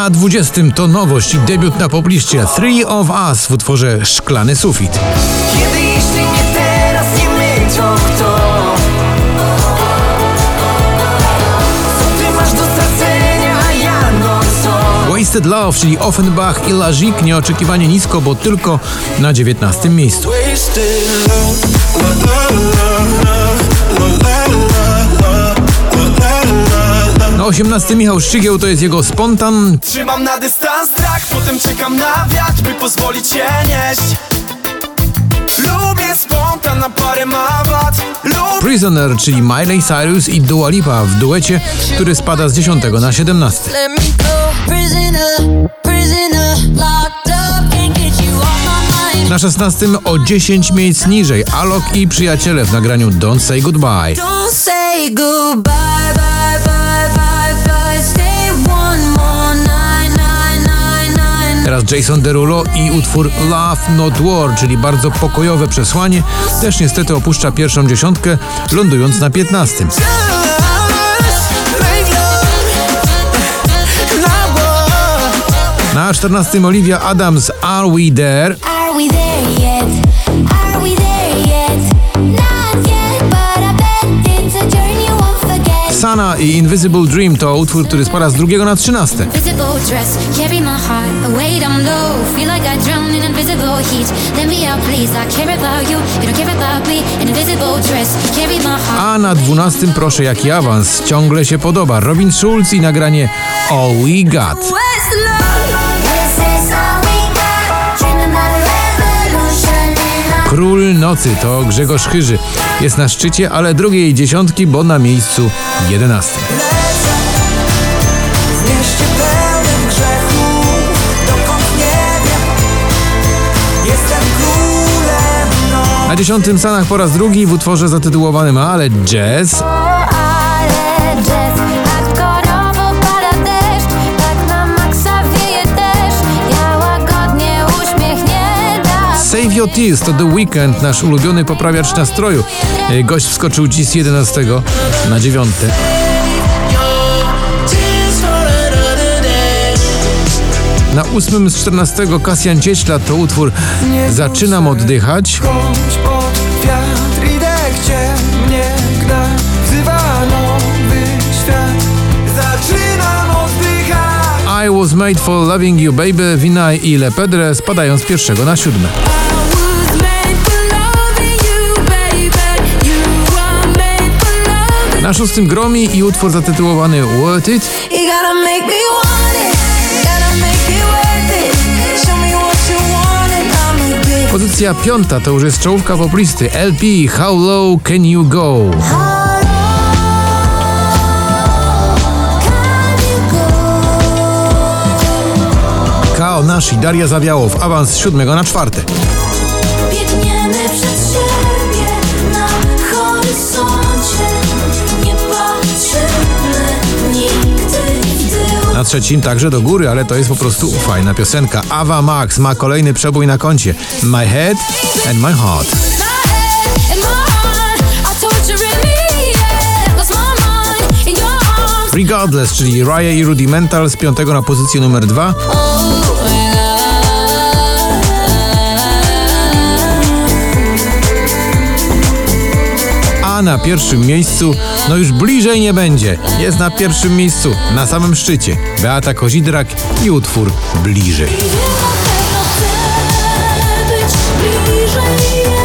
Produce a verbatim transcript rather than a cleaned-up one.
Na dwudziestym to nowość i debiut na pobliście Three of Us w utworze Szklany sufit. Kiedy jeśli nie teraz, nie my, to kto? Co ty masz do stracenia, a ja no co? Wasted Love, czyli Offenbach i Lazik nieoczekiwanie nisko, bo tylko na dziewiętnastym miejscu. Na osiemnastym Michał Szczygieł, to jest jego Spontan. Trzymam na dystans strach, potem czekam na wiatr, by pozwolić się nieść. Lubię spontan, na parę ma wad. Lubię... Prisoner, czyli Miley Cyrus i Dua Lipa w duecie, który spada z dziesiątego na siedemnasty. Na szesnastym o dziesięć miejsc niżej Alok i Przyjaciele w nagraniu Don't Say Goodbye. Don't say goodbye, bye, bye, bye, bye. Stay one more night, night, night, night. Teraz Jason Derulo i utwór Love Not War, czyli bardzo pokojowe przesłanie, też niestety opuszcza pierwszą dziesiątkę, lądując na piętnastym. Na czternastym Olivia Adams Are We There? Are we there yet? Are we there yet? Not yet, but I bet it's a journey you won't forget. Sana i Invisible Dream to utwór, który spada z drugiego na trzynaste. Invisible dress, carry my heart, the weight I'm low. Feel like I drown in invisible heat. Let me out, please. I care about you, you don't care about me. An invisible dress, carry my heart. A na dwunastym proszę jaki awans, ciągle się podoba. Robin Schulz i nagranie All We Got. Where's the love? Król Nocy to Grzegorz Chyży. Jest na szczycie, ale drugiej dziesiątki, bo na miejscu jedenastym. W mieście pełnym grzechów, dokąd nie wiem. Jestem królem, no. Na dziesiątym Stanach po raz drugi w utworze zatytułowanym Ale Jazz. Ale jazz, hardkorowo pada deszcz. Tak na maksa wieje też. Ja łagodnie uśmiechnięta. Save Your Tears to The Weeknd, nasz ulubiony poprawiacz nastroju. E, Gość wskoczył dziś z jedenastego na dziewiąte. Na ósmym z czternastego Kasjan Cieśla to utwór Zaczynam oddychać. Chodź pod wiatr, idę gdzie mnie gna. Wzywa nowy świat. Zaczynam oddychać. I Was Made for Loving You Baby, Vinay i Le Pedre spadają z pierwszego na siódme. Na szóstym Gromi i utwór zatytułowany Worth It. Pozycja piąta to już jest czołówka poplisty L P How Low Can You Go. K O Nasz i Daria Zawiałow, awans z siódmego na czwarte. Biegniemy przed siebie na horyzoncie. Nie patrzymy nigdy w tył. Na trzecim także do góry, ale to jest po prostu fajna piosenka. Ava Max ma kolejny przebój na koncie. My Head and My Heart. Regardless, czyli Raya i Rudimental z piątego na pozycję numer dwa. A na pierwszym miejscu, no już bliżej nie będzie. Jest na pierwszym miejscu, na samym szczycie. Beata Kozidrak i utwór Bliżej. Być bliżej.